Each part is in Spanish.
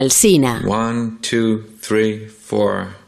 Alsina. 1, 2, 3, 4.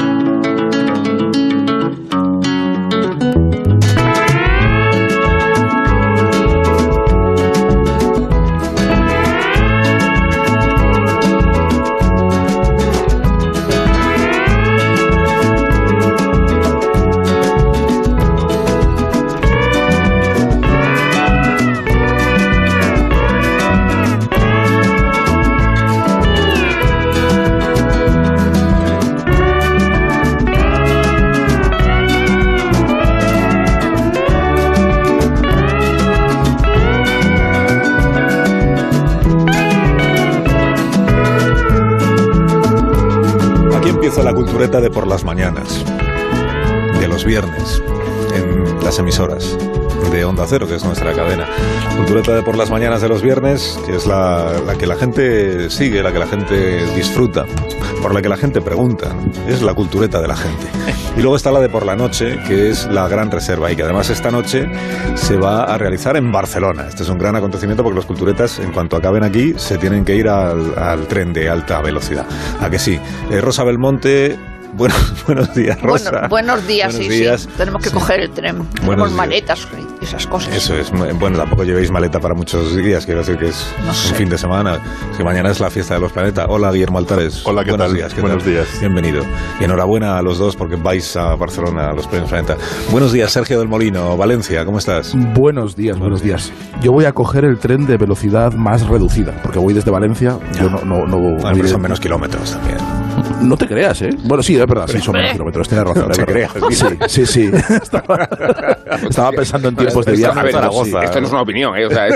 La cultureta de por las mañanas, de los viernes, en las emisoras de Onda Cero, que es nuestra cadena. Cultureta de por las mañanas de los viernes, que es la que la gente sigue, la que la gente disfruta, por la que la gente pregunta, ¿no? Es la cultureta de la gente. Y luego está la de por la noche, que es la gran reserva, y que además esta noche se va a realizar en Barcelona. Este es un gran acontecimiento porque los culturetas, en cuanto acaben aquí, se tienen que ir al tren de alta velocidad. ¿A que sí? Rosa Belmonte... Buenos días, Rosa. Buenos días, buenos sí, días. sí. Tenemos que coger el tren. Tenemos maletas y esas cosas. Eso es. Bueno, tampoco llevéis maleta para muchos días. Quiero decir que es un fin de semana. Es que mañana es la fiesta de los planetas. Hola, Guillermo Altares. Hola, ¿qué buenos tal? Días, buenos días. Bienvenido. Y enhorabuena a los dos porque vais a Barcelona a los premios Planeta. Buenos días, Sergio del Molino, Valencia. ¿Cómo estás? Buenos días. Yo voy a coger el tren de velocidad más reducida porque voy desde Valencia. Ya. Yo no pero son menos kilómetros también. No te creas, ¿eh? Bueno, sí, es verdad, sí, son menos kilómetros, tienes razón. No te creas. Sí. Estaba pensando en tiempos de viaje. A ver, Zaragoza, esto no es una opinión, ¿eh? O sea,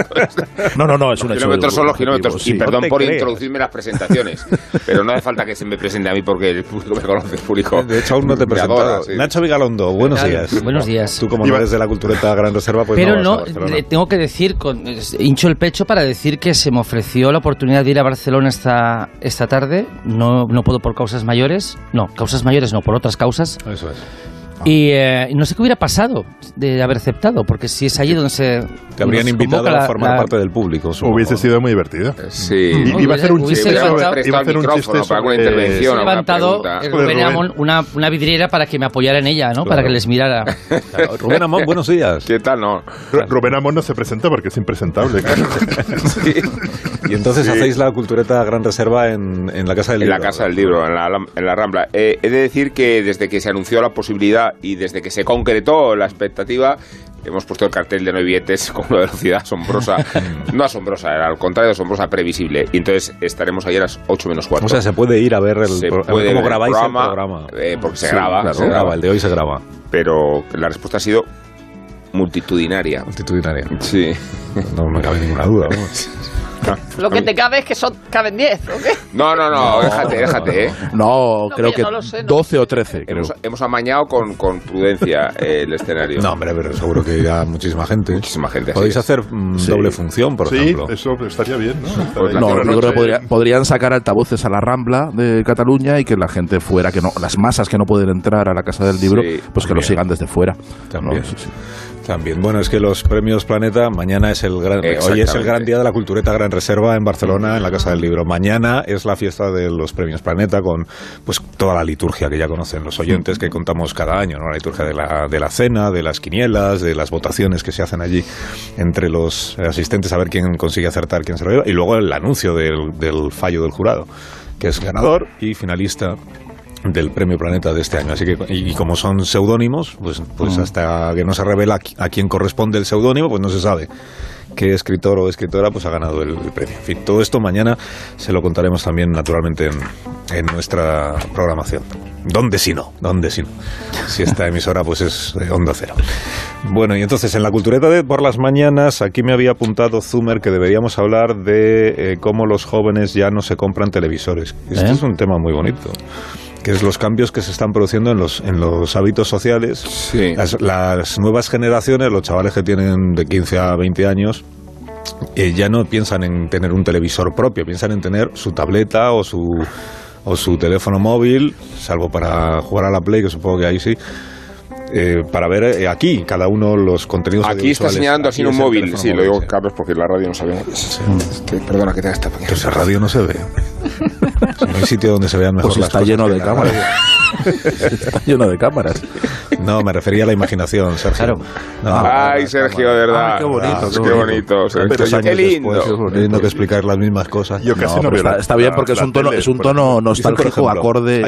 No, es un hecho. Kilómetros son los kilómetros. Sí. Y perdón No por creas. introducirme en las presentaciones, pero no hace falta que se me presente a mí porque el público me conoce, el público. De hecho, aún no te he me presentado. adora, sí. Nacho Vigalondo, buenos días. Buenos días. Tú, como no eres de la cultureta Gran Reserva, pues Pero no vas a no, Barcelona. le tengo que decir, hincho el pecho para decir que se me ofreció la oportunidad de ir a Barcelona esta tarde. No puedo por causas mayores. No, causas mayores no, por otras causas. Eso es. Y no sé qué hubiera pasado de haber aceptado, porque si es allí donde se... Te habrían nos invitado convoca a formar parte del público. Supongo. Hubiese sido muy divertido. Sí. Iba a hacer un Hubiese chiste. levantado- Iba a hacer un chiste para alguna sobre- intervención. He alguna levantado pregunta. Rubén Amón una vidriera para que me apoyara en ella, ¿no? Claro. Para que les mirara. Claro. Rubén Amón, buenos días. ¿Qué tal? No. Rubén Amón no se presenta porque es impresentable. Claro. Sí. Y entonces hacéis la cultureta Gran Reserva en la Casa del En Libro. la Casa del Libro, en la Rambla. He de decir que desde que se anunció la posibilidad y desde que se concretó la expectativa, hemos puesto el cartel de no hay billetes con una velocidad asombrosa. No asombrosa, era al contrario, asombrosa, previsible. Y entonces estaremos ahí a las 8 menos cuarto. O sea, se puede ir a ver cómo grabáis el programa. Porque se graba. Claro, se graba. el de hoy se graba. Pero la respuesta ha sido multitudinaria. Multitudinaria. Sí. No me cabe ninguna duda. Vamos. Lo que te cabe es que caben 10, ¿o qué? No, déjate, ¿eh? No, creo que que no lo sé, no. 12 o 13, creo. Hemos amañado con prudencia el escenario. No, hombre, pero seguro que irá muchísima gente. Muchísima gente. Podéis sí. hacer doble función, por ejemplo. Sí, eso estaría bien, ¿no? Pues No, la yo creo noche- que podrían sacar altavoces a la Rambla de Cataluña y que la gente fuera, que no, las masas que no pueden entrar a la Casa del Libro, Sí, pues que lo también. sigan desde fuera. También. ¿no? Sí. También. Bueno, es que los premios Planeta, mañana es hoy es el gran día de la cultureta Gran Reserva en Barcelona, en la Casa del Libro. Mañana es la fiesta de los premios Planeta con pues toda la liturgia que ya conocen los oyentes, que contamos cada año, ¿no? La liturgia de la cena, de las quinielas, de las votaciones que se hacen allí entre los asistentes a ver quién consigue acertar, quién se lo lleva, y luego el anuncio del fallo del jurado, que es ganador y finalista del Premio Planeta de este año. Así que, y como son seudónimos, pues hasta que no se revela a quién corresponde el seudónimo, pues no se sabe qué escritor o escritora pues ha ganado el premio. En fin, todo esto mañana se lo contaremos también naturalmente en nuestra programación. ¿Dónde si no? Si esta emisora pues es de Onda Cero. Bueno, y entonces en la cultureta de por las mañanas, aquí me había apuntado Zumer que deberíamos hablar de cómo los jóvenes ya no se compran televisores. Este es un tema muy bonito, que es los cambios que se están produciendo en los hábitos sociales. Sí. Las nuevas generaciones, los chavales que tienen de 15 a 20 años, ya no piensan en tener un televisor propio, piensan en tener su tableta o su teléfono móvil, salvo para jugar a la Play, que supongo que ahí sí, para ver aquí cada uno los contenidos Aquí está audiovisuales. señalando así en un es el móvil. teléfono Sí, móvil, lo digo, sí. Carlos, porque la radio no se ve. Perdona que te haga esta pequeña. Pues la radio no se ve. Si no hay sitio donde se vean mejor pues las está cosas. Lleno de cámaras. Está lleno de cámaras. No, me refería a la imaginación, Sergio. Claro. No, Ay, Sergio, de verdad. Qué bonito, Qué bonito. Sergio. Qué lindo. Teniendo que explicar las mismas cosas. Yo casi no veo está bien porque es un tono nostálgico, acorde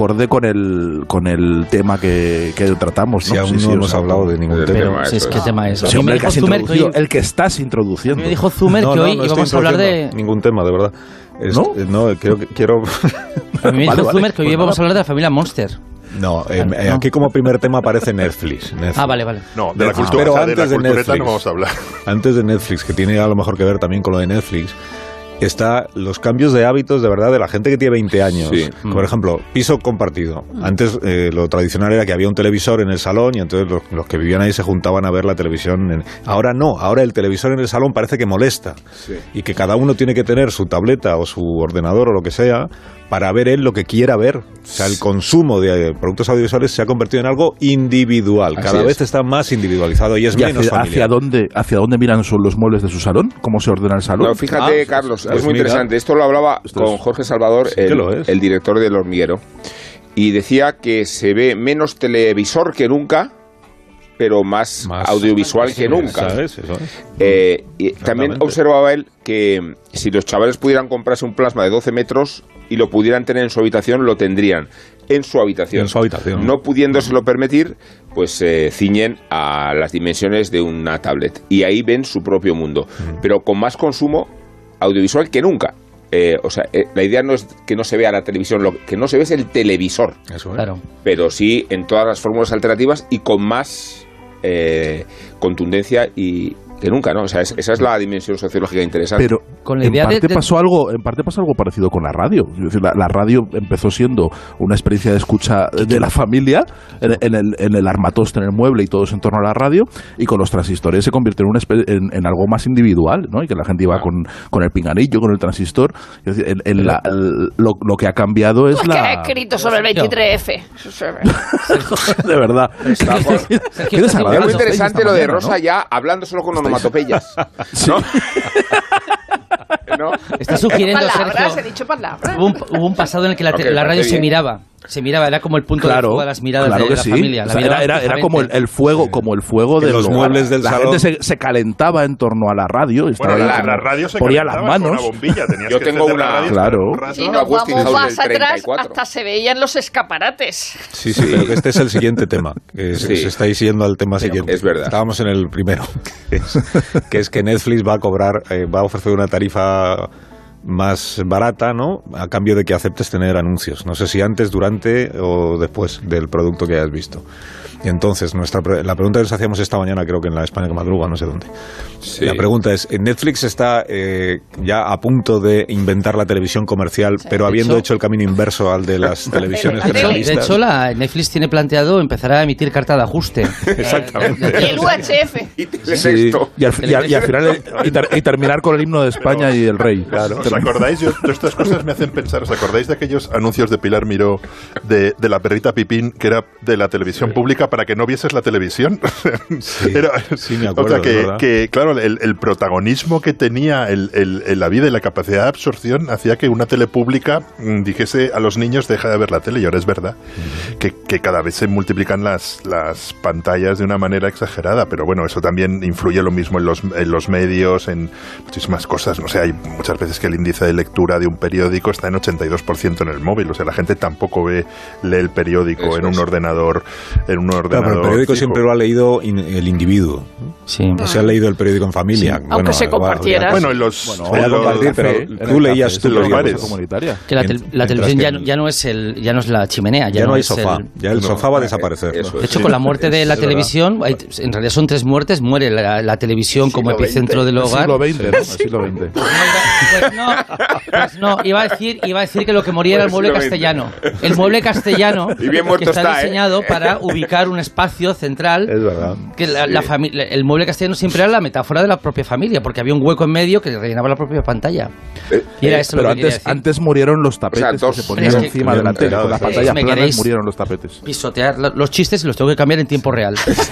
con el tema que tratamos. Si aún no hemos hablado de ningún tema. Pero, si es que tema es. Sí, el que estás introduciendo. Me dijo Zumer que hoy íbamos a hablar de... ningún tema, de verdad. No, quiero... A mí me dijo Zumer que hoy íbamos a hablar de la familia Monster. No, aquí como primer tema aparece Netflix. Ah, vale. No, de la cultura, pero de la antes de cultureta Netflix, no vamos a hablar. Antes de Netflix, que tiene a lo mejor que ver también con lo de Netflix, está los cambios de hábitos de verdad de la gente que tiene 20 años. Sí. Por ejemplo, piso compartido. Antes lo tradicional era que había un televisor en el salón y entonces los que vivían ahí se juntaban a ver la televisión. Ahora no, ahora el televisor en el salón parece que molesta. Sí. Y que cada uno tiene que tener su tableta o su ordenador o lo que sea para ver él lo que quiera ver. O sea, el consumo de productos audiovisuales se ha convertido en algo individual. Cada vez está más individualizado y es menos familiar. ¿Hacia dónde miran los muebles de su salón? ¿Cómo se ordena el salón? No, fíjate, Carlos, es muy interesante. Esto lo hablaba con Jorge Salvador, el director del Hormiguero, y decía que se ve menos televisor que nunca, pero más audiovisual que nunca. Eso es. Y también observaba él que si los chavales pudieran comprarse un plasma de 12 metros y lo pudieran tener en su habitación, lo tendrían en su habitación. No pudiéndoselo permitir, pues se ciñen a las dimensiones de una tablet y ahí ven su propio mundo, pero con más consumo audiovisual que nunca. La idea no es que no se vea la televisión, lo que no se ve es el televisor. Eso es. Claro. Pero sí en todas las fórmulas alternativas y con más contundencia y que nunca, ¿no? O sea, esa es la dimensión sociológica interesante. Pero con la idea en parte pasó algo parecido con la radio. Es decir, la radio empezó siendo una experiencia de escucha de la familia en el armatoste, en el mueble y todos en torno a la radio, y con los transistores se convirtió en algo más individual, ¿no? Y que la gente iba con el pinganillo, con el transistor. Es decir, lo que ha cambiado es pues que he escrito sobre el 23F. De verdad. Qué desagradable. Es muy interesante lo de Rosa, ¿no? Ya hablando solo con onomatopeyas. Sí. ¿No? Está sugiriendo, palabras, Sergio, he dicho palabras. Hubo un pasado en el que la radio se miraba, era como el punto de fuego de las miradas de la familia. O sea, era como el fuego, de los muebles del salón. La gente se calentaba en torno a la radio. La radio se ponía las manos. Con una bombilla. Yo tengo una. Claro. Y nos vamos más atrás, hasta se veían los escaparates. Sí, pero que este es el siguiente tema. Se estáis yendo al tema siguiente. Es verdad. Estábamos en el primero, que es que Netflix va a ofrecer una tarifa más barata, ¿no? A cambio de que aceptes tener anuncios. No sé si antes, durante o después del producto que hayas visto. Y entonces, la pregunta que nos hacíamos esta mañana, creo que en la España que madruga, no sé dónde. Sí. La pregunta es, ¿Netflix está ya a punto de inventar la televisión comercial, pero habiendo hecho el camino inverso al de las televisiones generalistas? De hecho, Netflix tiene planteado empezar a emitir carta de ajuste. Exactamente. Y el UHF. Sí. Y al final y terminar con el himno de España y el rey. Claro. ¿Os acordáis? Estas cosas me hacen pensar. ¿Os acordáis de aquellos anuncios de Pilar Miró de la perrita Pipín, que era de la televisión pública para que no vieses la televisión? Sí, me acuerdo. O sea, que claro, el protagonismo que tenía la vida y la capacidad de absorción hacía que una tele pública dijese a los niños deja de ver la tele. Y ahora es verdad que cada vez se multiplican las pantallas de una manera exagerada, pero bueno, eso también influye lo mismo en los medios, en muchísimas cosas. No sé, hay muchas veces que el índice de lectura de un periódico está en 82% en el móvil. O sea, la gente tampoco lee el periódico en un ordenador. Claro, pero el periódico siempre lo ha leído el individuo. Sí. No se ha leído el periódico en familia. Sí. Aunque se compartiera. Bueno, en los... compartir, pero tú leías tu bares comunitaria. Que la televisión ya no es la chimenea. Ya no hay sofá. Ya el sofá va a desaparecer. De hecho, con la muerte de la televisión, en realidad son 3 muertes. Muere la televisión como epicentro del hogar. Siglo XX. Pues no, iba a decir que lo que moría era el mueble castellano. El mueble castellano y bien muerto que está diseñado para ubicar ocupar un espacio central. Es verdad. Que el mueble castellano siempre era la metáfora de la propia familia, porque había un hueco en medio que rellenaba la propia pantalla. Y era eso pero lo que antes murieron los tapetes que se ponían encima de la tele. Con las pantallas planas murieron los tapetes. Pisotear los chistes y los tengo que cambiar en tiempo real.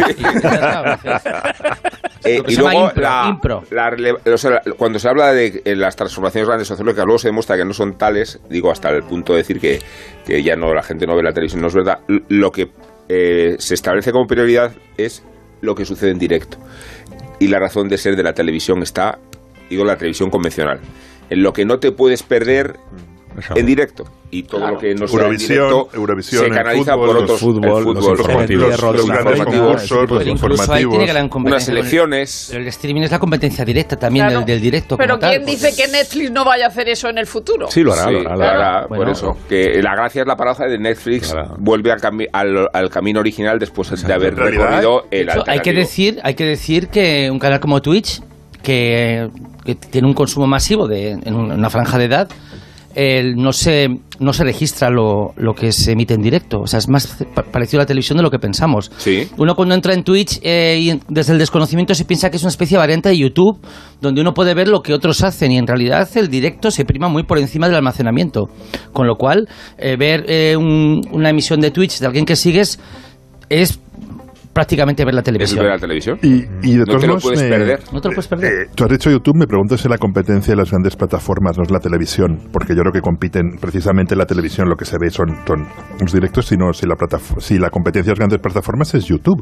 Y luego cuando se habla de las transformaciones grandes sociológicas, luego se demuestra que no son tales, digo, hasta el punto de decir que ya no, la gente no ve la televisión, no es verdad. Lo que se establece como prioridad es lo que sucede en directo. Y la razón de ser de la televisión está, digo, la televisión convencional, en lo que no te puedes perder en directo, y todo lo que no sea en directo se canaliza por otros fútbol, los informativos, los grandes concursos, los informativos, unas elecciones. Pero el streaming es la competencia directa también del directo. Pero ¿quién dice que Netflix no vaya a hacer eso en el futuro? Sí, lo hará. Por eso, que la gracia es la paradoja de Netflix, vuelve al camino original después de haber recorrido el alternativo. Hay que decir que un canal como Twitch, que tiene un consumo masivo en una franja de edad, no se registra lo que se emite en directo. O sea, es más parecido a la televisión de lo que pensamos. Sí. Uno cuando entra en Twitch y desde el desconocimiento se piensa que es una especie de variante de YouTube, donde uno puede ver lo que otros hacen, y en realidad el directo se prima muy por encima del almacenamiento. Con lo cual, ver una emisión de Twitch de alguien que sigues es prácticamente ver la televisión. ¿Es ver la televisión? Y de no te lo puedes perder. No te lo puedes perder. Tú has dicho YouTube, me pregunto si la competencia de las grandes plataformas no es la televisión, porque yo creo que compiten precisamente la televisión, lo que se ve son los directos, sino si la competencia de las grandes plataformas es YouTube.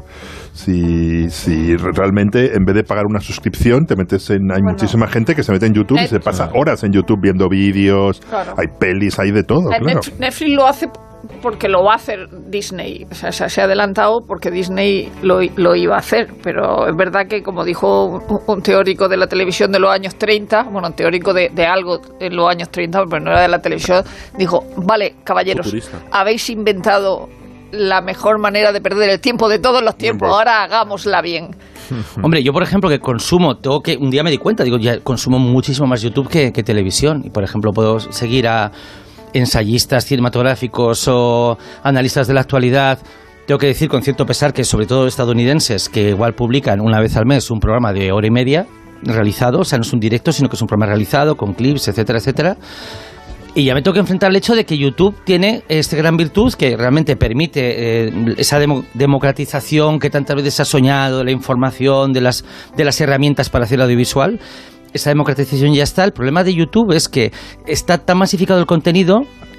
Si realmente en vez de pagar una suscripción te metes hay muchísima gente que se mete en YouTube y se pasa horas en YouTube viendo vídeos, hay pelis, hay de todo. Netflix lo hace porque lo va a hacer Disney. O sea, se ha adelantado porque Disney lo iba a hacer, pero es verdad que, como dijo un teórico de la televisión de los años 30, bueno, un teórico de algo en los años 30, pero no era de la televisión, dijo, vale, caballeros, habéis inventado la mejor manera de perder el tiempo de todos los tiempos, ahora hagámosla bien. Hombre, yo por ejemplo que consumo, un día me di cuenta, ya consumo muchísimo más YouTube que televisión, y por ejemplo puedo seguir a ensayistas cinematográficos o analistas de la actualidad. Tengo que decir con cierto pesar que sobre todo estadounidenses, que igual publican una vez al mes un programa de hora y media realizado, o sea, no es un directo, sino que es un programa realizado con clips, etcétera, etcétera. Y ya me tengo que enfrentar al hecho de que YouTube tiene esta gran virtud que realmente permite esa democratización que tantas veces se ha soñado, de la información, de las herramientas para hacer audiovisual. Esa democratización ya está. El problema de YouTube es que está tan masificado el contenido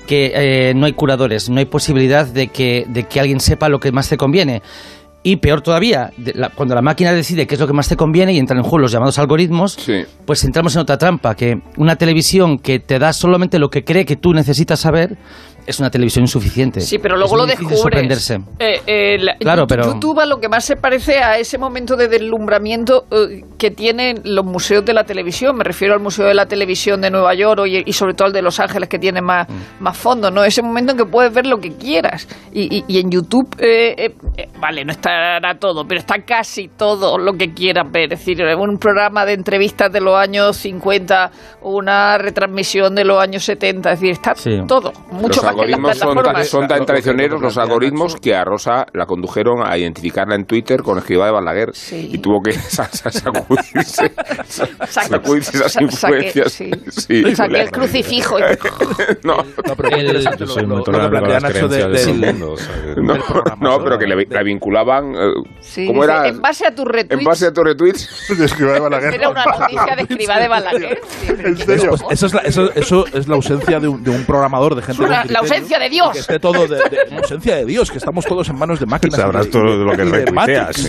que no hay curadores, no hay posibilidad de que alguien sepa lo que más te conviene. Y peor todavía, cuando la máquina decide qué es lo que más te conviene y entran en juego los llamados algoritmos, pues entramos en otra trampa, que una televisión que te da solamente lo que cree que tú necesitas saber es una televisión insuficiente. Sí, pero luego lo descubres. Claro, pero YouTube a lo que más se parece a ese momento de deslumbramiento que tienen los museos de la televisión. Me refiero al Museo de la Televisión de Nueva York y sobre todo al de Los Ángeles, que tiene más fondos, ¿no? Ese momento en que puedes ver lo que quieras. Y en YouTube, vale, no estará todo, pero está casi todo lo que quieras ver. Es decir, un programa de entrevistas de los años 50, una retransmisión de los años 70, es decir, está todo, mucho más. Los algoritmos son tan traicioneros, los algoritmos, que a Rosa la condujeron a identificarla en Twitter con Escrivá de Balaguer y tuvo que sacudirse esas influencias. Saqué el crucifijo. No, pero que la vinculaban. ¿Cómo era? En base a tu retweet. En base a tu retweet de Escrivá de Balaguer. Era una noticia de Escrivá de Balaguer. Eso es la ausencia de un programador, de gente la ausencia de Dios. Que esté todo la ausencia de Dios, que estamos todos en manos de máquinas. Sabrás todo de lo que retuiteas.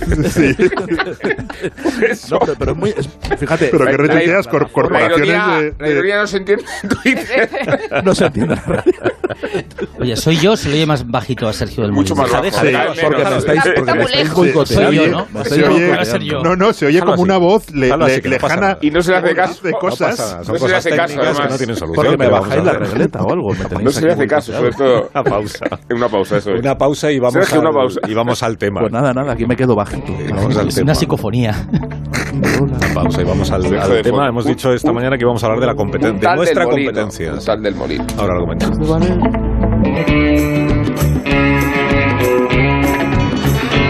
No, pero es muy... Fíjate... Pero que retuiteas corporaciones La ironía no se entiende en Twitter. No se entiende la radio. Oye, ¿soy yo o se le oye más bajito a Sergio del Molino? Mucho más bajo. Porque me estáis boicoteando. Soy yo, ¿no? No, se oye como una voz lejana. Y no se le hace caso. De cosas. No se le hace caso, además. No tienen solución. Porque me bajáis la regleta o algo. No se le hace caso, sobre todo. Una pausa, eso es. Una pausa y vamos al tema. Pues nada, aquí me quedo bajito. Es una psicofonía. Una pausa y vamos al tema. Hemos dicho esta mañana que íbamos a hablar de la competencia, de nuestra competencia. Tal del Molino. Ahora lo comentamos.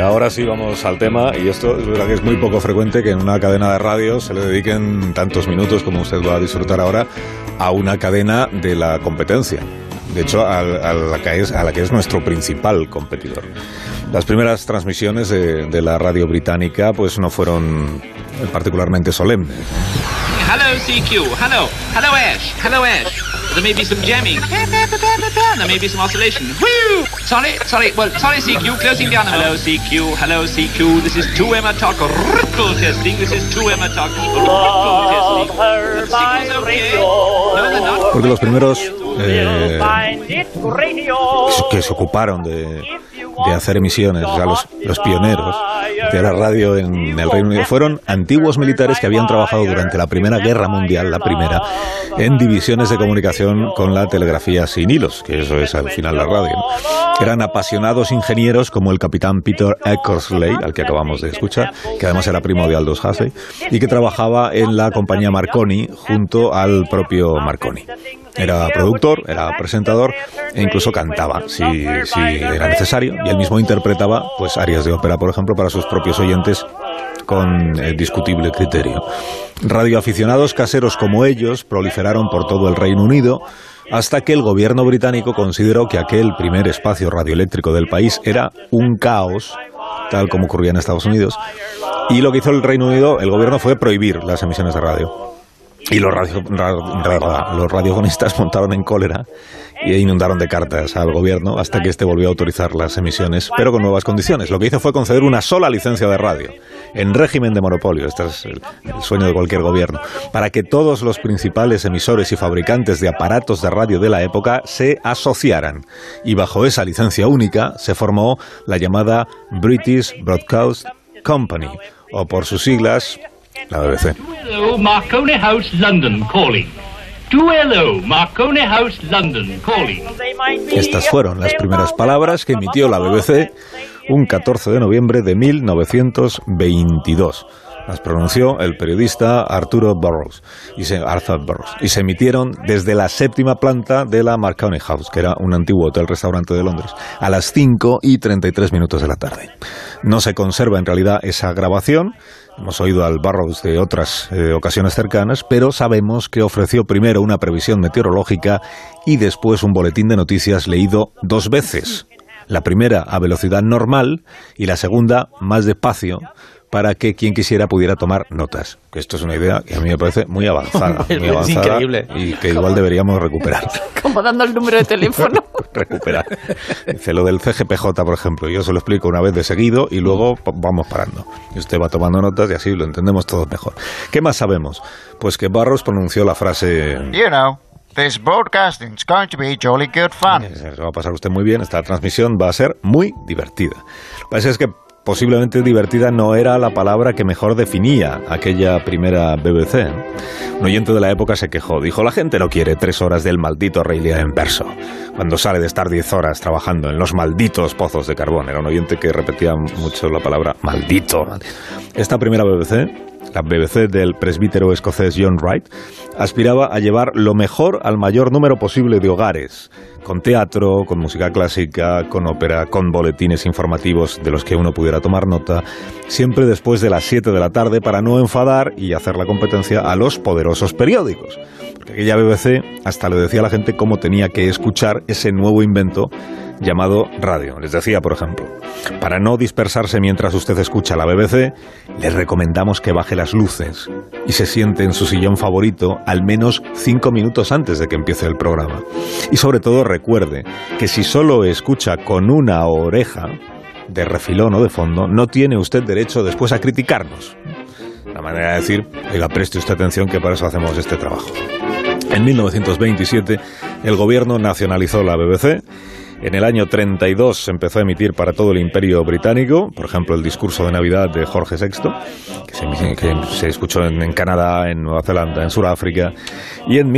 ahora sí vamos al tema, y esto es verdad que es muy poco frecuente que en una cadena de radio se le dediquen tantos minutos como usted va a disfrutar ahora a una cadena de la competencia. De hecho, a la que es nuestro principal competidor. Las primeras transmisiones de la radio británica pues no fueron particularmente solemnes. Hello CQ, hello Ash. There may be some jamming. There may be some oscillation. Woo! Sorry, CQ, closing down. Hello CQ, this is 2Emma Talk. Ripple testing, this is 2Emma Talk. Ripple testing. Porque los primeros que se ocuparon de hacer emisiones, o sea, los pioneros de la radio en el Reino Unido fueron antiguos militares que habían trabajado durante la Primera Guerra Mundial, la primera, en divisiones de comunicación con la telegrafía sin hilos, que eso es al final la radio, ¿no? Eran apasionados ingenieros como el capitán Peter Eckersley, al que acabamos de escuchar, que además era primo de Aldous Huxley, y que trabajaba en la compañía Marconi junto al propio Marconi. Era productor, era presentador e incluso cantaba si era necesario, y él mismo interpretaba pues arias de ópera, por ejemplo, para sus propios oyentes con discutible criterio. Radioaficionados caseros como ellos proliferaron por todo el Reino Unido hasta que el gobierno británico consideró que aquel primer espacio radioeléctrico del país era un caos, tal como ocurría en Estados Unidos, y lo que hizo el Reino Unido, el gobierno, fue prohibir las emisiones de radio. Y los radiofonistas montaron en cólera y inundaron de cartas al gobierno hasta que éste volvió a autorizar las emisiones, pero con nuevas condiciones. Lo que hizo fue conceder una sola licencia de radio, en régimen de monopolio, este es el sueño de cualquier gobierno, para que todos los principales emisores y fabricantes de aparatos de radio de la época se asociaran. Y bajo esa licencia única se formó la llamada British Broadcast Company, o por sus siglas, la BBC. Hello, Marconi House, London, calling. Hello, Marconi House, London, calling. Estas fueron las primeras palabras que emitió la BBC un 14 de noviembre de 1922. Las pronunció el periodista Arthur Burroughs, y se emitieron desde la 7ª planta de la Marconi House, que era un antiguo hotel-restaurante de Londres, a las 5:33 de la tarde. No se conserva en realidad esa grabación. Hemos oído al Burroughs de otras ocasiones cercanas, pero sabemos que ofreció primero una previsión meteorológica y después un boletín de noticias leído 2 veces. La primera a velocidad normal y la segunda más despacio, para que quien quisiera pudiera tomar notas. Que esto es una idea que a mí me parece muy avanzada. Muy avanzada, es increíble. Y que igual deberíamos recuperar. Como dando el número de teléfono. Recuperar. Dice lo del CGPJ, por ejemplo. Yo se lo explico una vez de seguido y luego vamos parando. Y usted va tomando notas y así lo entendemos todos mejor. ¿Qué más sabemos? Pues que Burroughs pronunció la frase... You know, this broadcasting's going to be jolly good fun. Se va a pasar usted muy bien. Esta transmisión va a ser muy divertida. Lo que pasa es que posiblemente divertida no era la palabra que mejor definía aquella primera BBC. Un oyente de la época se quejó. Dijo, la gente no quiere 3 horas del maldito Rey Lear en verso, cuando sale de estar 10 horas trabajando en los malditos pozos de carbón. Era un oyente que repetía mucho la palabra maldito. Esta primera BBC, la BBC del presbítero escocés John Wright, aspiraba a llevar lo mejor al mayor número posible de hogares, con teatro, con música clásica, con ópera, con boletines informativos de los que uno pudiera tomar nota, siempre después de las 7 de la tarde para no enfadar y hacer la competencia a los poderosos periódicos. Porque aquella BBC hasta le decía a la gente cómo tenía que escuchar ese nuevo invento llamado radio. Les decía, por ejemplo, para no dispersarse mientras usted escucha la BBC, le recomendamos que baje las luces y se siente en su sillón favorito al menos 5 minutos antes de que empiece el programa. Y sobre todo recuerde que si solo escucha con una oreja, de refilón o de fondo, no tiene usted derecho después a criticarnos. La manera de decir, oiga, preste usted atención que para eso hacemos este trabajo. En 1927, el gobierno nacionalizó la BBC. En el año 32 se empezó a emitir para todo el Imperio Británico, por ejemplo, el discurso de Navidad de Jorge VI, que se escuchó en Canadá, en Nueva Zelanda, en Sudáfrica. Y en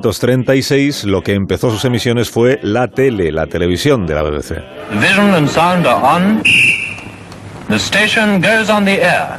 1936 lo que empezó sus emisiones fue la televisión de la BBC. Vision and sound are on. The station goes on the air.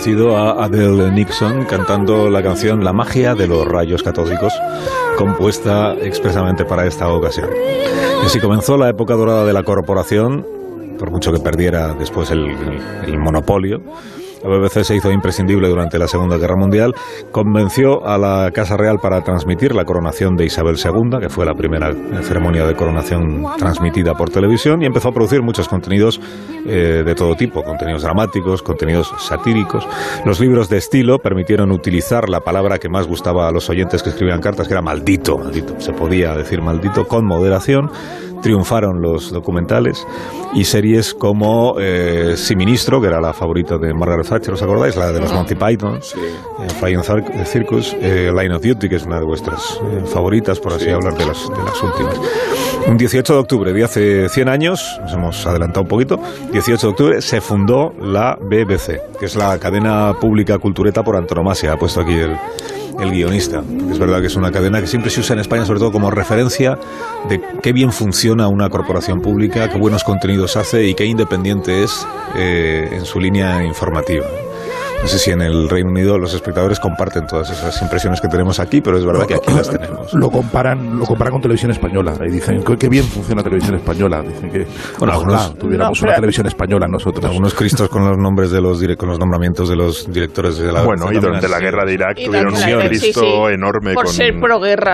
conocido a Adele Nixon cantando la canción La magia de los rayos catódicos, compuesta expresamente para esta ocasión. Y así comenzó la época dorada de la corporación, por mucho que perdiera después el monopolio. La BBC se hizo imprescindible durante la Segunda Guerra Mundial, convenció a la Casa Real para transmitir la coronación de Isabel II, que fue la primera ceremonia de coronación transmitida por televisión, y empezó a producir muchos contenidos de todo tipo, contenidos dramáticos, contenidos satíricos. Los libros de estilo permitieron utilizar la palabra que más gustaba a los oyentes que escribían cartas, que era maldito. Se podía decir maldito con moderación. Triunfaron los documentales y series como Sí Ministro, que era la favorita de Margaret Thatcher, ¿os acordáis? La de los Monty Python, Flying Circus, Line of Duty, que es una de vuestras favoritas, por así hablar de las últimas. Un 18 de octubre, de hace 100 años, nos hemos adelantado un poquito, 18 de octubre se fundó la BBC, que es la cadena pública cultureta por antonomasia, ha puesto aquí el guionista. Es verdad que es una cadena que siempre se usa en España, sobre todo como referencia de qué bien funciona una corporación pública, qué buenos contenidos hace y qué independiente es en su línea informativa. No sé si en el Reino Unido los espectadores comparten todas esas impresiones que tenemos aquí, pero es verdad que aquí las tenemos. Lo comparan con televisión española y dicen que bien funciona televisión española. Dicen que tuviéramos una televisión española nosotros. Algunos cristos con los nombres con los nombramientos de los directores de la... Bueno, y durante la guerra de Irak tuvieron un Cristo enorme por ser proguerra,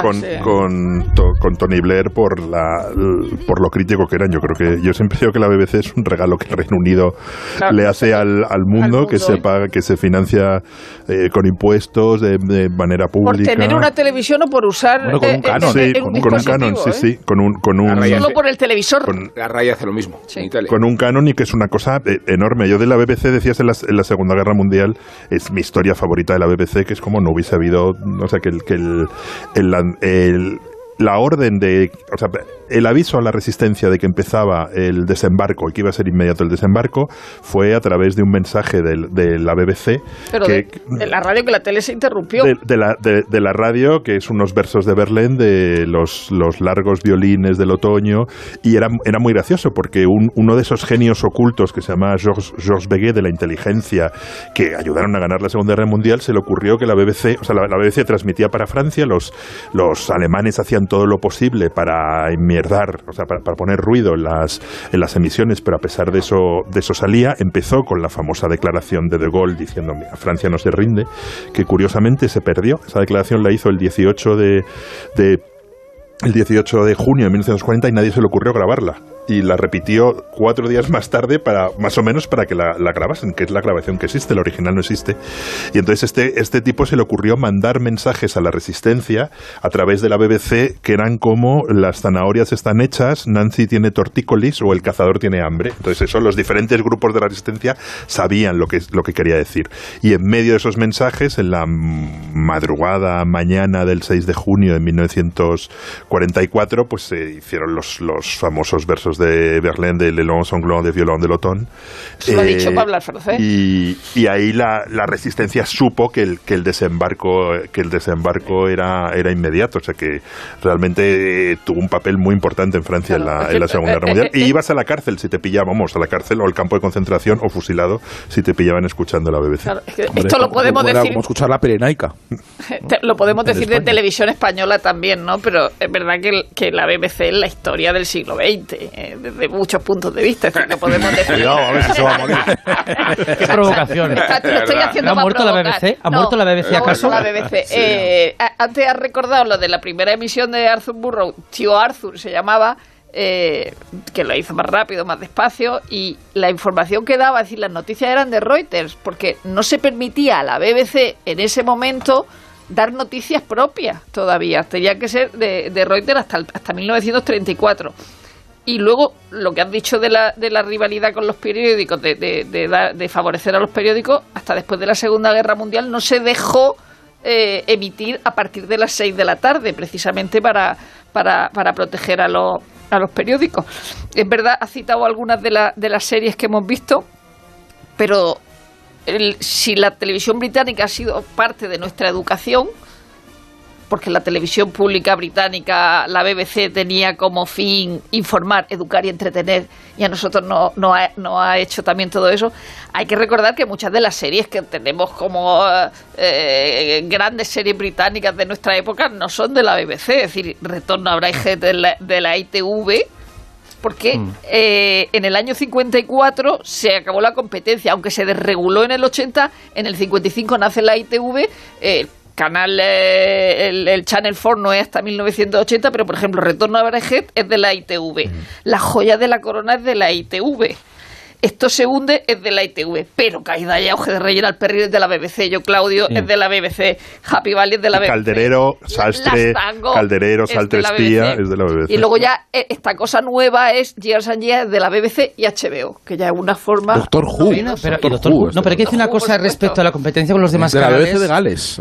con Tony Blair por lo crítico que eran. Yo siempre digo que la BBC es un regalo que el Reino Unido le hace al mundo, que se financia con impuestos de manera pública. Por tener una televisión o por usar con un canon. Con un canon, con un solo por el televisor. La RAI hace lo mismo en Italia. Con un canon, y que es una cosa enorme. Yo de la BBC, decías en la Segunda Guerra Mundial, es mi historia favorita de la BBC, que es como no hubiese habido, o sea, la orden el aviso a la resistencia de que empezaba el desembarco y que iba a ser inmediato el desembarco fue a través de un mensaje de la BBC. Pero de la radio, que la tele se interrumpió. De la radio, que es unos versos de Verlaine de los largos violines del otoño, y era muy gracioso porque uno de esos genios ocultos que se llama Georges Beguet, de la inteligencia, que ayudaron a ganar la Segunda Guerra Mundial, se le ocurrió que la BBC, la BBC transmitía para Francia, los alemanes hacían todo lo posible para enmierdar, para poner ruido en las emisiones, pero a pesar de eso salía. Empezó con la famosa declaración de Gaulle diciendo: Francia no se rinde, que curiosamente se perdió. Esa declaración la hizo el 18 de junio de 1940 y nadie se le ocurrió grabarla. Y la repitió 4 días más tarde, más o menos para que la grabasen, que es la grabación que existe, la original no existe. Y entonces este tipo se le ocurrió mandar mensajes a la resistencia a través de la BBC, que eran como: las zanahorias están hechas, Nancy tiene tortícolis o el cazador tiene hambre. Entonces los diferentes grupos de la resistencia sabían lo que quería decir. Y en medio de esos mensajes, en la mañana del 6 de junio de 1944, pues se hicieron los famosos versos de Verlaine, de Le long sanglant de violon de l'automne. Se lo ha dicho para hablar francés. Y ahí la resistencia supo que el desembarco era inmediato, o sea que realmente tuvo un papel muy importante en Francia en la Segunda Guerra Mundial. Y ibas a la cárcel si te pillábamos, a la cárcel o al campo de concentración, o fusilado si te pillaban escuchando la BBC. Claro, esto lo podemos decir. Como escuchar la Pirenaica. Lo podemos decir de televisión española también, ¿no? Pero es verdad que la BBC es la historia del siglo XX. Desde muchos puntos de vista, lo podemos decir. Cuidado, a ver si se va a morir. Qué provocación. Lo estoy haciendo ¿Ha muerto la BBC? ¿Ha muerto la BBC acaso? La BBC. Antes has recordado lo de la primera emisión de Arthur Burrow, Tío Arthur se llamaba, que lo hizo más rápido, más despacio, y la información que daba, es decir, las noticias eran de Reuters, porque no se permitía a la BBC en ese momento dar noticias propias todavía. Tenía que ser de Reuters hasta 1934. Y luego, lo que has dicho de la rivalidad con los periódicos, de favorecer a los periódicos, hasta después de la Segunda Guerra Mundial no se dejó emitir a partir de las 6 de la tarde, precisamente para proteger a los periódicos. Es verdad, has citado algunas de las series que hemos visto, pero si la televisión británica ha sido parte de nuestra educación, porque la televisión pública británica, la BBC, tenía como fin informar, educar y entretener, y a nosotros no ha hecho también todo eso. Hay que recordar que muchas de las series que tenemos como grandes series británicas de nuestra época no son de la BBC, es decir, Retorno a Braveheart de la ITV, porque en el año 54 se acabó la competencia, aunque se desreguló en el 80, en el 55 nace la ITV, canal, el Channel 4 no es hasta 1980, pero por ejemplo Retorno a Braveheart es de la ITV, La joya de la corona es de la ITV, Esto se hunde es de la ITV, pero Caída y auge de Reginald Perry es de la BBC, Yo Claudio es de la BBC, Happy Valley es de la BBC, Calderero, Sastre, Espía es de la BBC. Y luego ya esta cosa nueva es Years and Years de la BBC y HBO, que ya es una forma... Doctor Who. Pero hay que decir una cosa respecto a la competencia con los demás canales. De la BBC de Gales.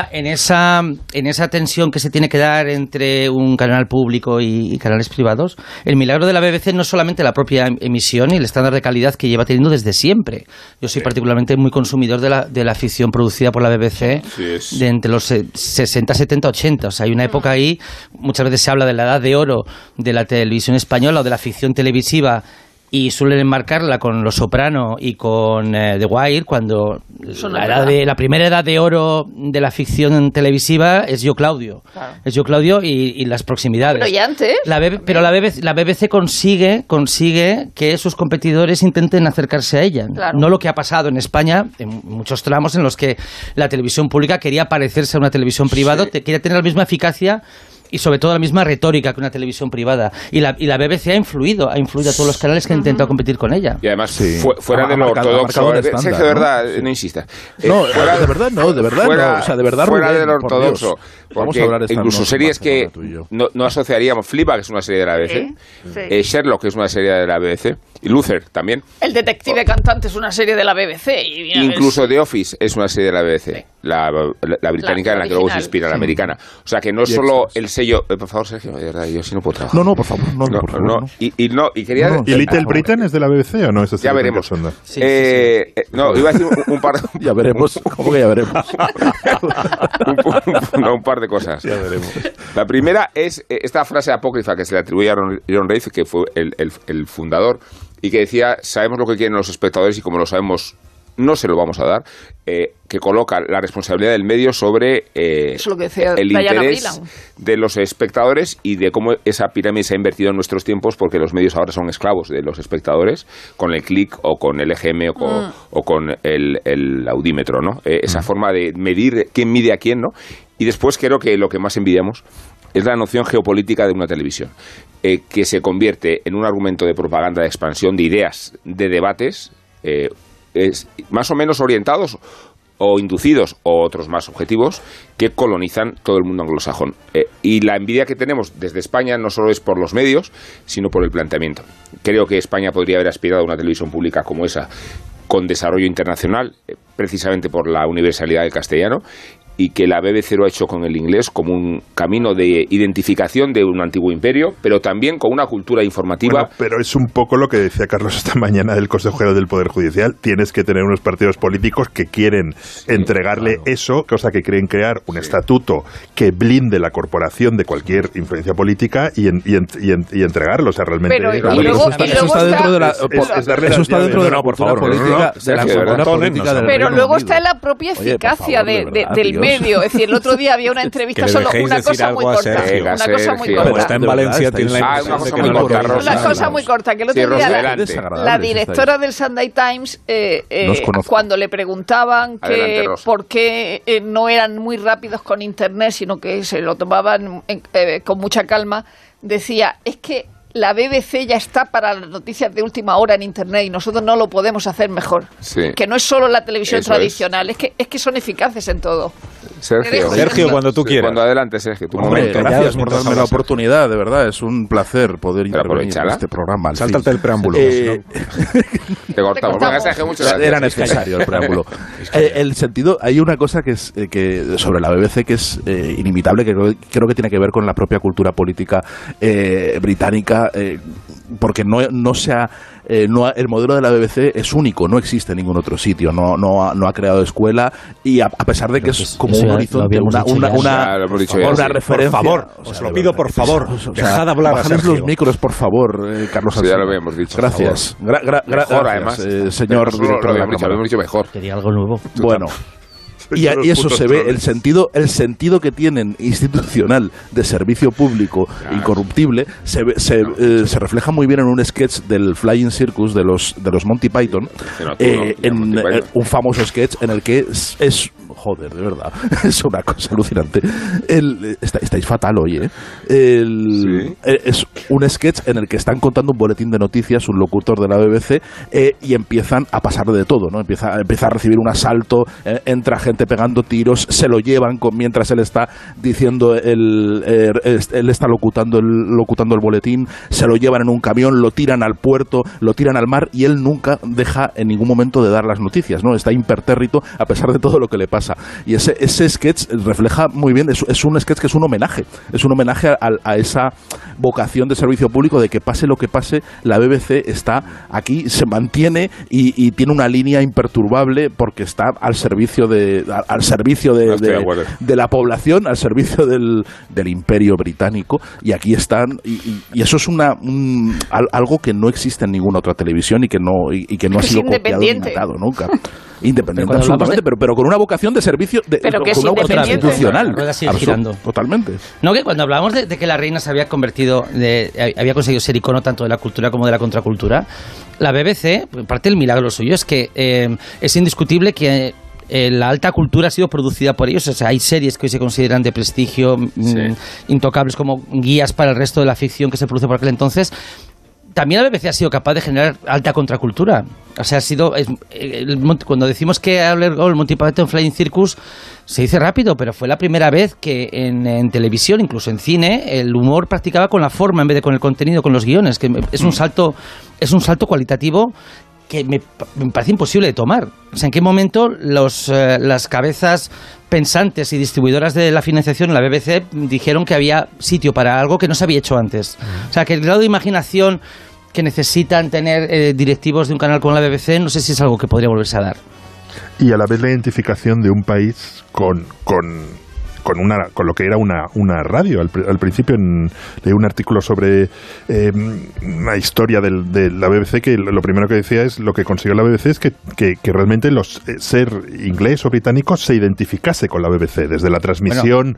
En esa tensión que se tiene que dar entre un canal público y canales privados, el milagro de la BBC no es solamente la propia emisión y el estándar de calidad que lleva teniendo desde siempre. Yo soy particularmente muy consumidor de la ficción producida por la BBC de entre los 60, 70, 80. O sea, hay una época ahí, muchas veces se habla de la edad de oro de la televisión española o de la ficción televisiva, y suelen enmarcarla con Los Soprano y con The Wire, cuando la primera edad de oro de la ficción televisiva es Yo Claudio. Claro. Es Yo Claudio y las proximidades. Pero ya antes. Pero la BBC consigue que sus competidores intenten acercarse a ella. Claro. No lo que ha pasado en España, en muchos tramos en los que la televisión pública quería parecerse a una televisión privada, quería tener la misma eficacia y sobre todo la misma retórica que una televisión privada. Y la BBC ha influido a todos los canales que han intentado competir con ella. Y además, fuera de lo ortodoxo, Sergio, de verdad, no insistas. No, de verdad no. O sea, de verdad, fuera Rubén, del ortodoxo. Porque incluso series que no asociaríamos. Fleabag es una serie de la BBC. Sherlock es una serie de la BBC. Y Luther también. El detective cantante es una serie de la BBC. Incluso The Office es una serie de la BBC. La británica, en la que luego se inspira la americana. O sea, que no es solo el sello... por favor, Sergio, de verdad, yo sí no puedo trabajar. No, por favor. No. Y quería... ¿Y Little Britain es de la BBC o no? Eso ya veremos. No, iba a decir un par... Ya veremos. ¿Cómo que ya veremos? Un par de cosas. Ya veremos. La primera es esta frase apócrifa que se le atribuye a Ron Reith, que fue el fundador, y que decía: sabemos lo que quieren los espectadores y como lo sabemos no se lo vamos a dar, que coloca la responsabilidad del medio sobre el interés de los espectadores y de cómo esa pirámide se ha invertido en nuestros tiempos, porque los medios ahora son esclavos de los espectadores con el clic o con el EGM o con el audímetro, ¿no? Esa forma de medir quién mide a quién, ¿no? Y después creo que lo que más envidiamos es la noción geopolítica de una televisión, que se convierte en un argumento de propaganda, de expansión, de ideas, de debates, más o menos orientados o inducidos, o otros más objetivos, que colonizan todo el mundo anglosajón. Y la envidia que tenemos desde España no solo es por los medios, sino por el planteamiento. Creo que España podría haber aspirado a una televisión pública como esa, con desarrollo internacional, precisamente por la universalidad del castellano, y que la BBC lo ha hecho con el inglés como un camino de identificación de un antiguo imperio, pero también con una cultura informativa. Bueno, pero es un poco lo que decía Carlos esta mañana del Consejo General del Poder Judicial. Tienes que tener unos partidos políticos que quieren entregarle eso, cosa que quieren crear un estatuto que blinde la corporación de cualquier influencia política y entregarlo. O sea, realmente... Eso está dentro de la... Eso está dentro de la cultura política. Pero luego está la propia eficacia del medio. Es decir, el otro día había una entrevista solo una cosa muy corta. Una cosa muy corta. Como está en Valencia, tiene la impresión de que no corta. Una cosa muy corta, que el otro día la directora del Sunday Times, cuando le preguntaban que por qué no eran muy rápidos con Internet, sino que se lo tomaban con mucha calma, decía, es que la BBC ya está para las noticias de última hora en Internet y nosotros no lo podemos hacer mejor. Sí. Que no es solo la televisión tradicional, es que son eficaces en todo. Sergio, cuando tú quieras. Cuando adelante, Sergio, tu momento. Gracias por darme la oportunidad, de verdad. Es un placer poder intervenir en este programa. Sáltate el preámbulo. Te cortamos. Era necesario el preámbulo. El sentido, hay una cosa que es sobre la BBC que es inimitable, que creo que tiene que ver con la propia cultura política británica, porque no el modelo de la BBC es único, no existe en ningún otro sitio, no ha creado escuela, y a pesar de que es como un horizonte, una referencia. Por favor, os lo pido, por favor, dejad hablar a Sergio. Los micros, por favor, Carlos Alsina. Ya lo habíamos dicho. Gracias. Mejor, además. Señor director. Lo habíamos dicho mejor. Quería algo nuevo. Bueno. Y eso se ve, el sentido que tienen institucional de servicio público incorruptible se refleja muy bien en un sketch del Flying Circus de los Monty Python, un famoso sketch en el que es joder, de verdad, es una cosa alucinante. Estáis fatal hoy, ¿eh? Es un sketch en el que están contando un boletín de noticias, un locutor de la BBC, y empiezan a pasar de todo, ¿no? Empieza a recibir un asalto, entra gente pegando tiros, se lo llevan mientras él está diciendo, él está locutando el boletín, se lo llevan en un camión, lo tiran al puerto, lo tiran al mar, y él nunca deja en ningún momento de dar las noticias, ¿no? Está impertérrito a pesar de todo lo que le pasa. Y ese sketch refleja muy bien, es un sketch que es un homenaje a esa vocación de servicio público, de que pase lo que pase, la BBC está aquí, se mantiene y tiene una línea imperturbable porque está al servicio de la población, al servicio del imperio británico, y aquí están, y eso es algo que no existe en ninguna otra televisión y que no ha sido copiado ni imitado nunca. Independiente, absolutamente, pero con una vocación de servicio, pero que con una vocación institucional. Totalmente. No, que cuando hablábamos de que la reina se había había conseguido ser icono tanto de la cultura como de la contracultura, la BBC, parte del milagro suyo es que es indiscutible que la alta cultura ha sido producida por ellos. O sea, hay series que hoy se consideran de prestigio, intocables, como guías para el resto de la ficción que se produce por aquel entonces. También la BBC ha sido capaz de generar alta contracultura. O sea, cuando decimos que el Monty Python Flying Circus se dice rápido, pero fue la primera vez que en televisión, incluso en cine, el humor practicaba con la forma en vez de con el contenido, con los guiones, que es un salto cualitativo que me parece imposible de tomar. O sea, ¿en qué momento las cabezas pensantes y distribuidoras de la financiación en la BBC dijeron que había sitio para algo que no se había hecho antes? O sea, que el grado de imaginación que necesitan tener directivos de un canal como la BBC, no sé si es algo que podría volverse a dar. Y a la vez la identificación de un país con lo que era una radio. Al principio leí un artículo sobre una historia de la BBC, que lo primero que decía es lo que consiguió la BBC es que realmente ser inglés o británico se identificase con la BBC, desde la transmisión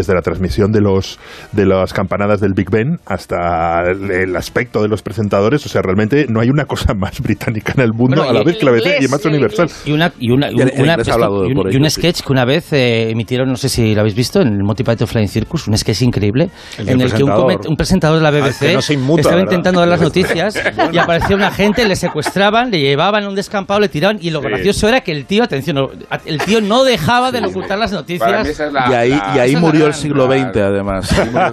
de las campanadas del Big Ben hasta el aspecto de los presentadores. O sea, realmente no hay una cosa más británica en el mundo a la vez que la BBC, y más universal. Y un sketch que una vez emitieron, no sé si lo habéis visto, en el Monty Python Flying Circus, un sketch increíble en el que un presentador de la BBC estaba intentando dar las noticias y aparecía un agente, le secuestraban, le llevaban a un descampado, le tiraban, y lo gracioso era que el tío no dejaba de ocultar las noticias. Y ahí murió el siglo XX, además.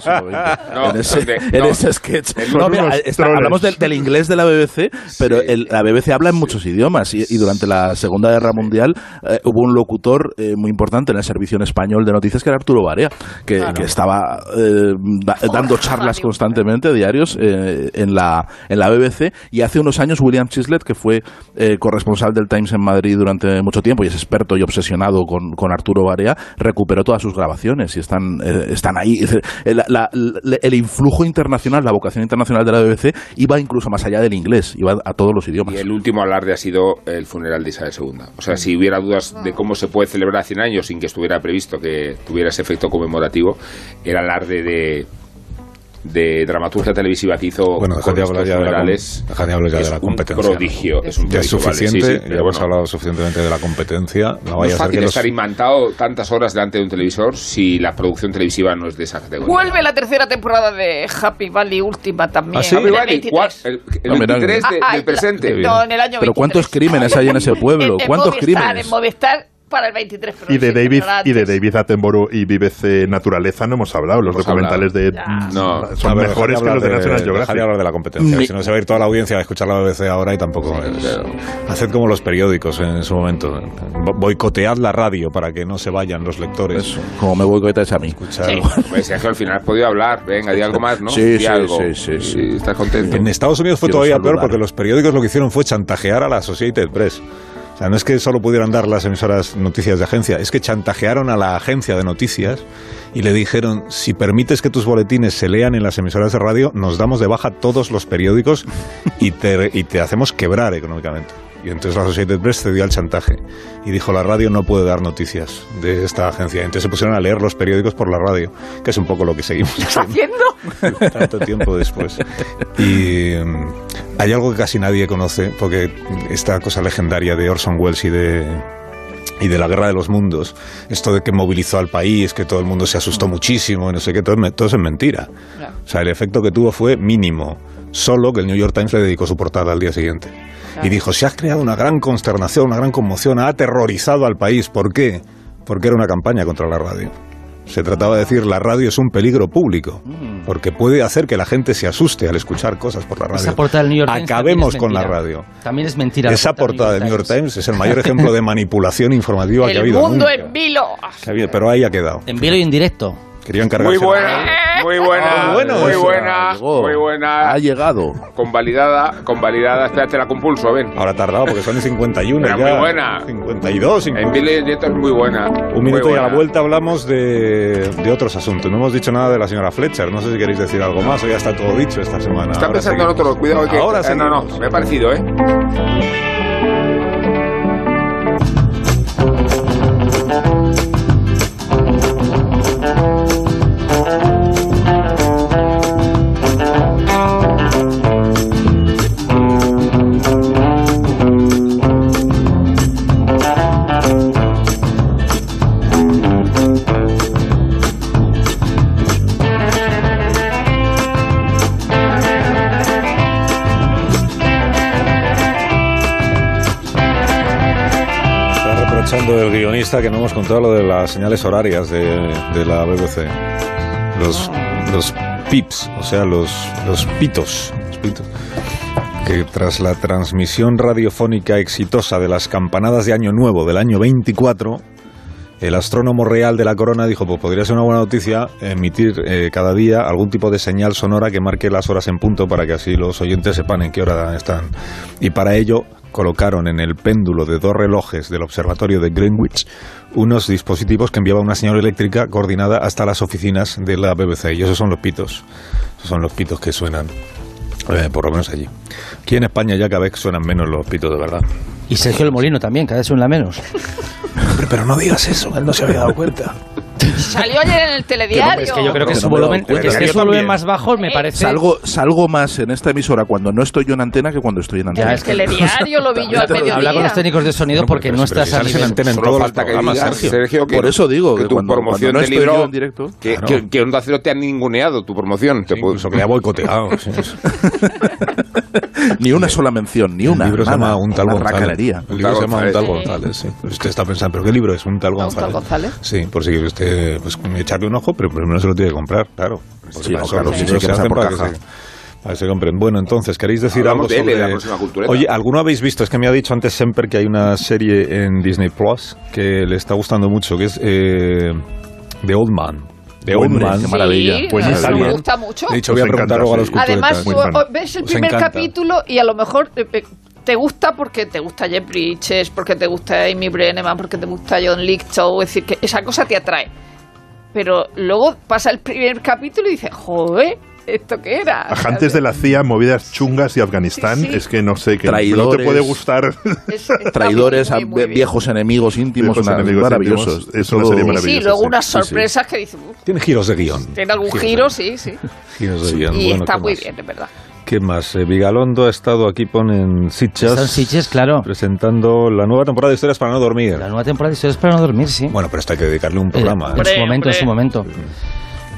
En ese sketch. Hablamos del inglés de la BBC, pero la BBC habla en muchos idiomas, y durante la Segunda Guerra Mundial hubo un locutor muy importante en el servicio en español de noticias, que era Arturo Barea, que estaba dando charlas constantemente, diarios, en la BBC. Y hace unos años William Chislett, que fue corresponsal del Times en Madrid durante mucho tiempo y es experto y obsesionado con Arturo Barea, recuperó todas sus grabaciones y están ahí. El influjo internacional, la vocación internacional de la BBC iba incluso más allá del inglés, iba a todos los idiomas. Y el último alarde ha sido el funeral de Isabel II. O sea, si hubiera dudas de cómo se puede celebrar 100 años sin que estuviera previsto que tuviera ese efecto conmemorativo, el alarde de dramaturgia televisiva que hizo con estos funerales es un prodigio. Es un ya es suficiente, vale, ya hemos hablado suficientemente de la competencia. No es fácil estar imantado tantas horas delante de un televisor si la producción televisiva no es de esa categoría. Vuelve la tercera temporada de Happy Valley última también. ¿Sí? Happy Valley, el 23 del presente. No, en el año 23. Pero ¿cuántos crímenes hay en ese pueblo? ¿Cuántos crímenes? En Movistar para el 23. Pero y de David Attenborough y BBC Naturaleza no hemos hablado. Los documentales son mejores que los de National Geographic. Dejar de hablar de la competencia. Si no se va a ir toda la audiencia a escuchar la BBC ahora y tampoco. Haced como los periódicos en su momento. Boicotead la radio para que no se vayan los lectores. Eso, como me boicoteáis a mí. Pues si es que al final has podido hablar. Venga, di algo más, ¿no? Sí. ¿Estás contento? En Estados Unidos fue todavía peor porque los periódicos lo que hicieron fue chantajear a la Associated Press. O sea, no es que solo pudieran dar las emisoras noticias de agencia, es que chantajearon a la agencia de noticias y le dijeron, si permites que tus boletines se lean en las emisoras de radio, nos damos de baja todos los periódicos y te hacemos quebrar económicamente. Y entonces la Associated Press cedió al chantaje y dijo, la radio no puede dar noticias de esta agencia. Entonces se pusieron a leer los periódicos por la radio, que es un poco lo que seguimos haciendo tanto tiempo después. Y hay algo que casi nadie conoce, porque esta cosa legendaria de Orson Welles y de la Guerra de los Mundos, esto de que movilizó al país, que todo el mundo se asustó muchísimo y no sé qué, todo eso es mentira. O sea, el efecto que tuvo fue mínimo, solo que el New York Times le dedicó su portada al día siguiente. Y dijo, se ha creado una gran consternación, una gran conmoción, ha aterrorizado al país. ¿Por qué? Porque era una campaña contra la radio. Se trataba de decir, la radio es un peligro público, porque puede hacer que la gente se asuste al escuchar cosas por la radio. Esa portada del New York Times acabemos con la radio. También es mentira. Esa portada del New York Times es el mayor ejemplo de manipulación informativa que ha habido nunca. El mundo en vilo. Pero ahí ha quedado. En vilo y en directo. Querían cargarse. Muy buena. Ha llegado. Convalidada. Espérate, la compulso, ven. Ahora ha tardado porque son 51 pero ya. Muy buena. 52. En Billy y Nieto es muy buena. Un minuto y a la vuelta hablamos de otros asuntos. No hemos dicho nada de la señora Fletcher. No sé si queréis decir algo más o ya está todo dicho esta semana. Está pensando en otro. Cuidado que... Ahora sí. No, me ha parecido, del guionista que no hemos contado lo de las señales horarias de la BBC. Los pips, o sea, los pitos. Que tras la transmisión radiofónica exitosa de las campanadas de Año Nuevo del año 24, el astrónomo real de la corona dijo, pues podría ser una buena noticia emitir cada día algún tipo de señal sonora que marque las horas en punto para que así los oyentes sepan en qué hora están. Y para ello colocaron en el péndulo de 2 relojes del observatorio de Greenwich unos dispositivos que enviaban una señal eléctrica coordinada hasta las oficinas de la BBC. Y esos son los pitos. Esos son los pitos que suenan, por lo menos allí. Aquí en España ya cada vez suenan menos los pitos, de verdad. Y Sergio el Molino también, cada vez suena menos. Pero no digas eso, él no se había dado cuenta. Salió ayer en el telediario. Es que yo creo que su volumen, más bajo me parece... Salgo más en esta emisora cuando no estoy yo en antena que cuando estoy en antena. Ya, es que el telediario lo vi yo al mediodía. Habla con los técnicos de sonido porque no estás a nivel. En todos los programas, Sergio, por eso digo que tu promoción no de libro en directo, que Onda Cero te ha ninguneado tu promoción. Incluso que le ha boicoteado. Ni una sola mención, ni una. El libro se llama Un tal González. El libro se llama Un tal González, sí. Usted está pensando, ¿pero qué libro es Un tal González? Sí, por si quiere usted echarle un ojo, pero primero se lo tiene que comprar, claro. Sí, claro, sí, se hacen para que se compren. Bueno, entonces, ¿queréis decir algo sobre la próxima cultureta? Oye, ¿alguno habéis visto? Es que me ha dicho antes Semper que hay una serie en Disney Plus que le está gustando mucho, que es The Old Man. Qué maravilla. Sí, pues me gusta mucho. De hecho, voy a preguntar algo a los culturetas. Además, ves el primer capítulo y a lo mejor te gusta porque te gusta Jeff Bridges, porque te gusta Amy Brenneman, porque te gusta John Lithgow, es decir, que esa cosa te atrae. Pero luego pasa el primer capítulo y dices, joder, ¿esto qué era? Ajantes de la CIA, movidas chungas y Afganistán, sí. Es que no sé, que traidores, no te puede gustar. Traidores, muy viejos enemigos íntimos, maravillosos. Es una serie maravillosa. Sí, luego unas sorpresas que dicen... Tiene giros de guión. Tiene algún giro, sí. Giros de guión. Y bueno, está muy bien, de verdad. ¿Qué más? Vigalondo ha estado aquí, en Sitges. Está en Sitges, claro. Presentando la nueva temporada de Historias para no dormir. La nueva temporada de Historias para no dormir, sí. Bueno, pero esto hay que dedicarle un programa. En su momento.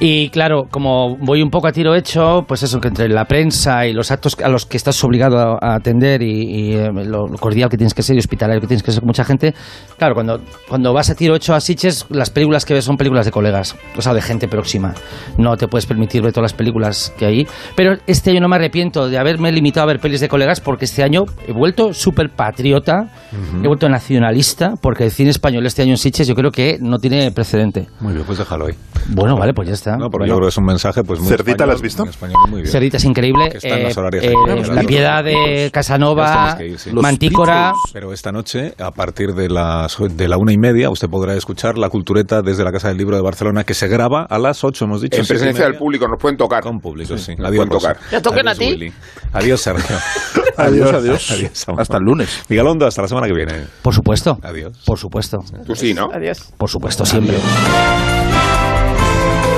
Y claro, como voy un poco a tiro hecho, pues eso, que entre la prensa y los actos a los que estás obligado a atender y lo cordial que tienes que ser y hospitalario que tienes que ser con mucha gente, claro, cuando vas a tiro hecho a Sitges, las películas que ves son películas de colegas, o sea, de gente próxima. No te puedes permitir ver todas las películas que hay. Pero este año no me arrepiento de haberme limitado a ver pelis de colegas, porque este año he vuelto súper patriota, he vuelto nacionalista, porque el cine español este año en Sitges yo creo que no tiene precedente. Muy bien, pues déjalo ahí. Bueno, vale, pues ya está. No, porque yo creo que es un mensaje pues muy ¿Cerdita español, la has visto? en español muy bien. Cerdita es increíble. Que está en las horarias La Piedad de Casanova, que ir, sí. Mantícora. Pero esta noche, a partir de la 1:30, usted podrá escuchar la cultureta desde la Casa del Libro de Barcelona, que se graba a las 8, hemos dicho. En presencia del público, nos pueden tocar. Con público, sí. Nos Adiós, pueden tocar. ¿Te toquen a ti? Willy. Adiós, Sergio. Adiós. Hasta el lunes. Miguelondo, hasta la semana que viene. Por supuesto. Adiós. Por supuesto. Tú sí, ¿no? Adiós. Por supuesto, siempre.